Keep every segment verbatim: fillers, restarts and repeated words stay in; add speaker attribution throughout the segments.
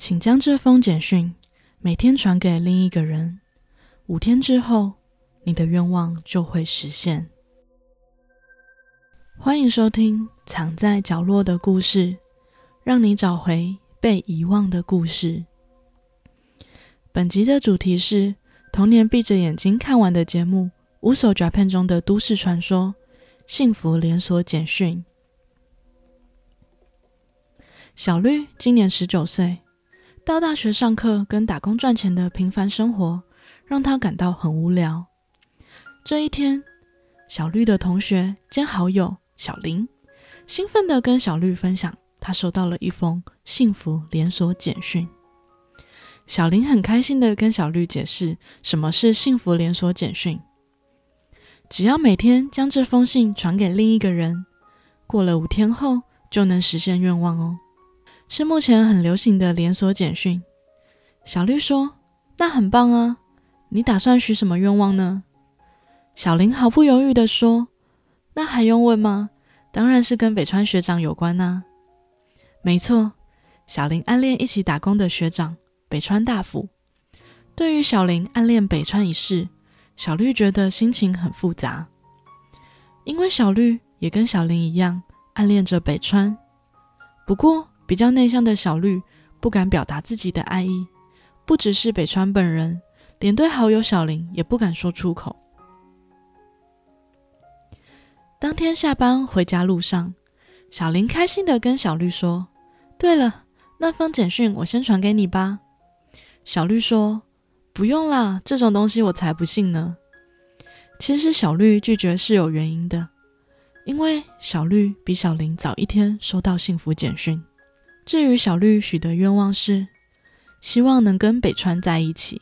Speaker 1: 请将这封简讯每天传给另一个人，五天之后，你的愿望就会实现。欢迎收听藏在角落的故事，让你找回被遗忘的故事。本集的主题是童年闭着眼睛看完的节目《Uso Japan》中的都市传说幸福连锁简讯。小绿今年十九岁，到大学上课跟打工赚钱的平凡生活让他感到很无聊。这一天，小绿的同学兼好友小林兴奋地跟小绿分享他收到了一封幸福连锁简讯。小林很开心地跟小绿解释什么是幸福连锁简讯。只要每天将这封信传给另一个人，过了五天后就能实现愿望哦。是目前很流行的连锁简讯。小绿说，那很棒啊，你打算许什么愿望呢？小林毫不犹豫地说，那还用问吗？当然是跟北川学长有关啊。没错，小林暗恋一起打工的学长北川大辅。对于小林暗恋北川一事，小绿觉得心情很复杂，因为小绿也跟小林一样暗恋着北川。不过比较内向的小绿不敢表达自己的爱意，不只是北川本人，连对好友小林也不敢说出口。当天下班回家路上，小林开心地跟小绿说，对了，那封简讯我先传给你吧。小绿说，不用啦，这种东西我才不信呢。其实小绿拒绝是有原因的，因为小绿比小林早一天收到幸福简讯。至于小绿许的愿望是希望能跟北川在一起。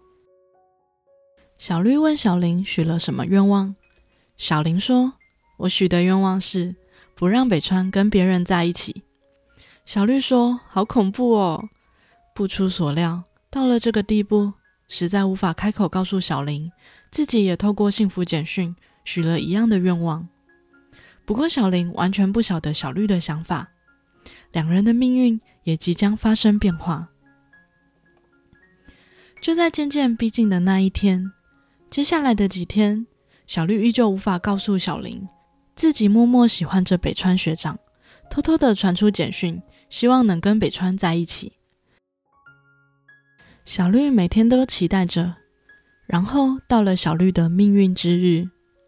Speaker 1: 小绿问小林许了什么愿望，小林说，我许的愿望是不让北川跟别人在一起。小绿说，好恐怖哦。不出所料，到了这个地步，实在无法开口告诉小林，自己也透过幸福简讯许了一样的愿望。不过小林完全不晓得小绿的想法，两人的命运也即将发生变化。就在渐渐逼近的那一天，接下来的几天，小绿依旧无法告诉小林，自己默默喜欢着北川学长，偷偷的传出简讯，希望能跟北川在一起。小绿每天都期待着，然后到了小绿的命运之日。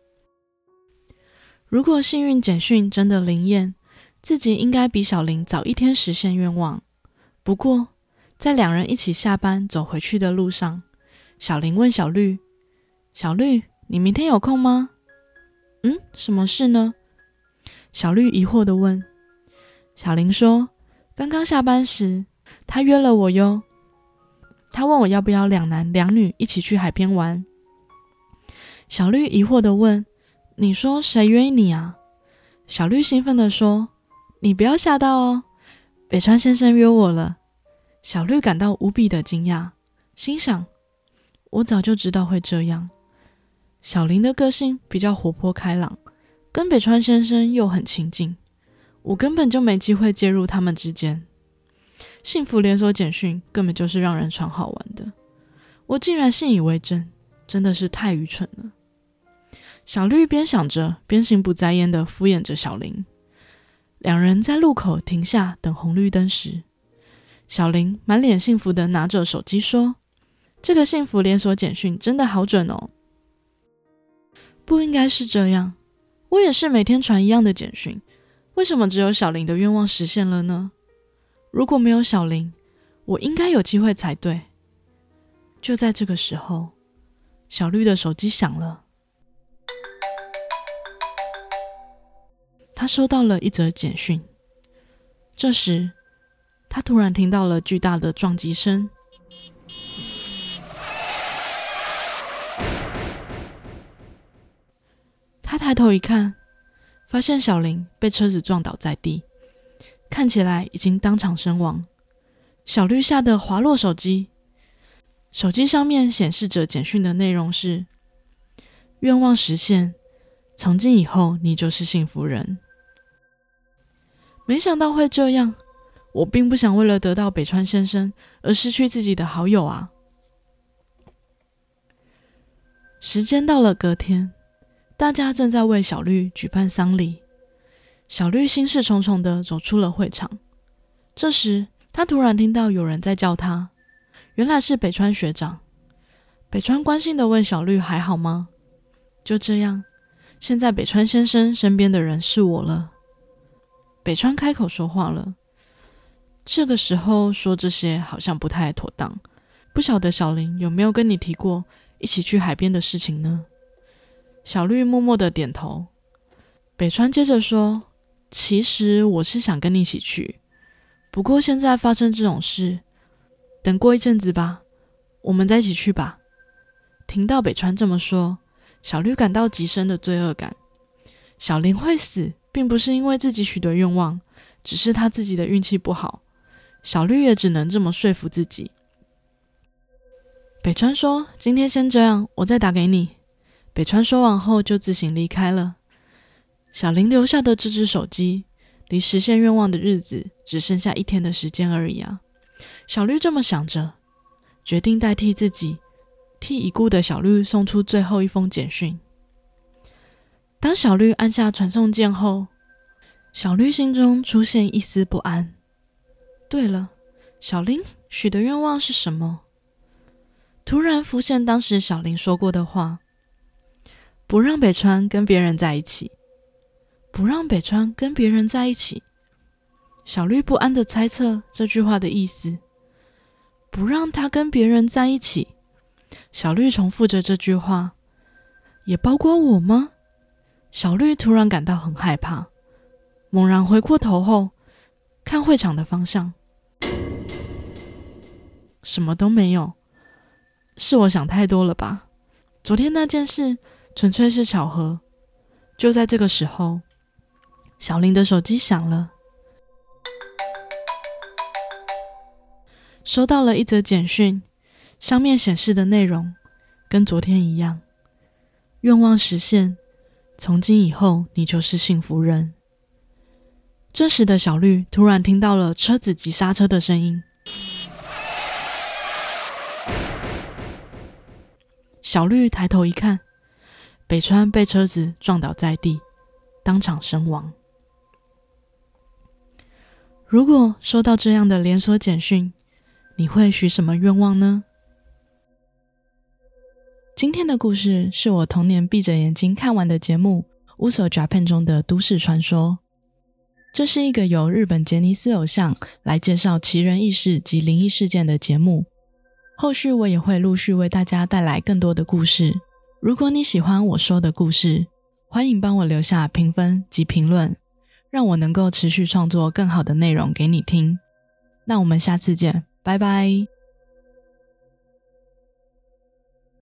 Speaker 1: 如果幸运简讯真的灵验，自己应该比小林早一天实现愿望。不过在两人一起下班走回去的路上，小林问小绿，小绿，你明天有空吗？嗯，什么事呢？小绿疑惑地问。小林说，刚刚下班时他约了我哟，他问我要不要两男两女一起去海边玩。小绿疑惑地问，你说谁约你啊？小绿兴奋地说，你不要吓到哦，北川先生约我了。小绿感到无比的惊讶，心想，我早就知道会这样。小林的个性比较活泼开朗，跟北川先生又很亲近，我根本就没机会介入他们之间。幸福连锁简讯根本就是让人传好玩的，我竟然信以为真，真的是太愚蠢了。小绿边想着边心不在焉地敷衍着小林。两人在路口停下等红绿灯时，小林满脸幸福地拿着手机说，这个幸福连锁简讯真的好准哦。不应该是这样，我也是每天传一样的简讯，为什么只有小林的愿望实现了呢？如果没有小林，我应该有机会才对。就在这个时候，小绿的手机响了，他收到了一则简讯。这时他突然听到了巨大的撞击声，他抬头一看，发现小林被车子撞倒在地，看起来已经当场身亡。小绿吓得滑落手机，手机上面显示着简讯的内容是，愿望实现，从今以后你就是幸福人。没想到会这样， 我并不想为了得到北川先生而失去自己的好友啊。时间到了隔天，大家正在为小绿举办丧礼。小绿心事重重地走出了会场。这时他突然听到有人在叫他，原来是北川学长。北川关心地问小绿还好吗？就这样，现在北川先生身边的人是我了。北川开口说话了。这个时候说这些好像不太妥当，不晓得小林有没有跟你提过一起去海边的事情呢？小绿默默地点头。北川接着说，其实我是想跟你一起去，不过现在发生这种事，等过一阵子吧，我们再一起去吧。听到北川这么说，小绿感到极深的罪恶感。小林会死，并不是因为自己许的愿望，只是他自己的运气不好。小绿也只能这么说服自己。北川说，今天先这样，我再打给你。北川说完后就自行离开了。小林留下的这只手机，离实现愿望的日子只剩下一天的时间而已啊。小绿这么想着，决定代替自己，替已故的小绿送出最后一封简讯。当小绿按下传送键后，小绿心中出现一丝不安。对了，小林许的愿望是什么？突然浮现当时小林说过的话，不让北川跟别人在一起，不让北川跟别人在一起。小绿不安地猜测这句话的意思，不让他跟别人在一起。小绿重复着这句话，也包括我吗？小绿突然感到很害怕，猛然回过头后，看会场的方向，什么都没有。是我想太多了吧？昨天那件事纯粹是巧合。就在这个时候，小林的手机响了，收到了一则简讯，上面显示的内容跟昨天一样，愿望实现，从今以后你就是幸福人。这时的小绿突然听到了车子急刹车的声音，小绿抬头一看，北川被车子撞倒在地，当场身亡。如果收到这样的连锁简讯，你会许什么愿望呢？今天的故事是我童年闭着眼睛看完的节目《Uso Japan》中的都市传说。这是一个由日本杰尼斯偶像来介绍奇人异事及灵异事件的节目。后续我也会陆续为大家带来更多的故事。如果你喜欢我说的故事，欢迎帮我留下评分及评论，让我能够持续创作更好的内容给你听。那我们下次见，拜拜。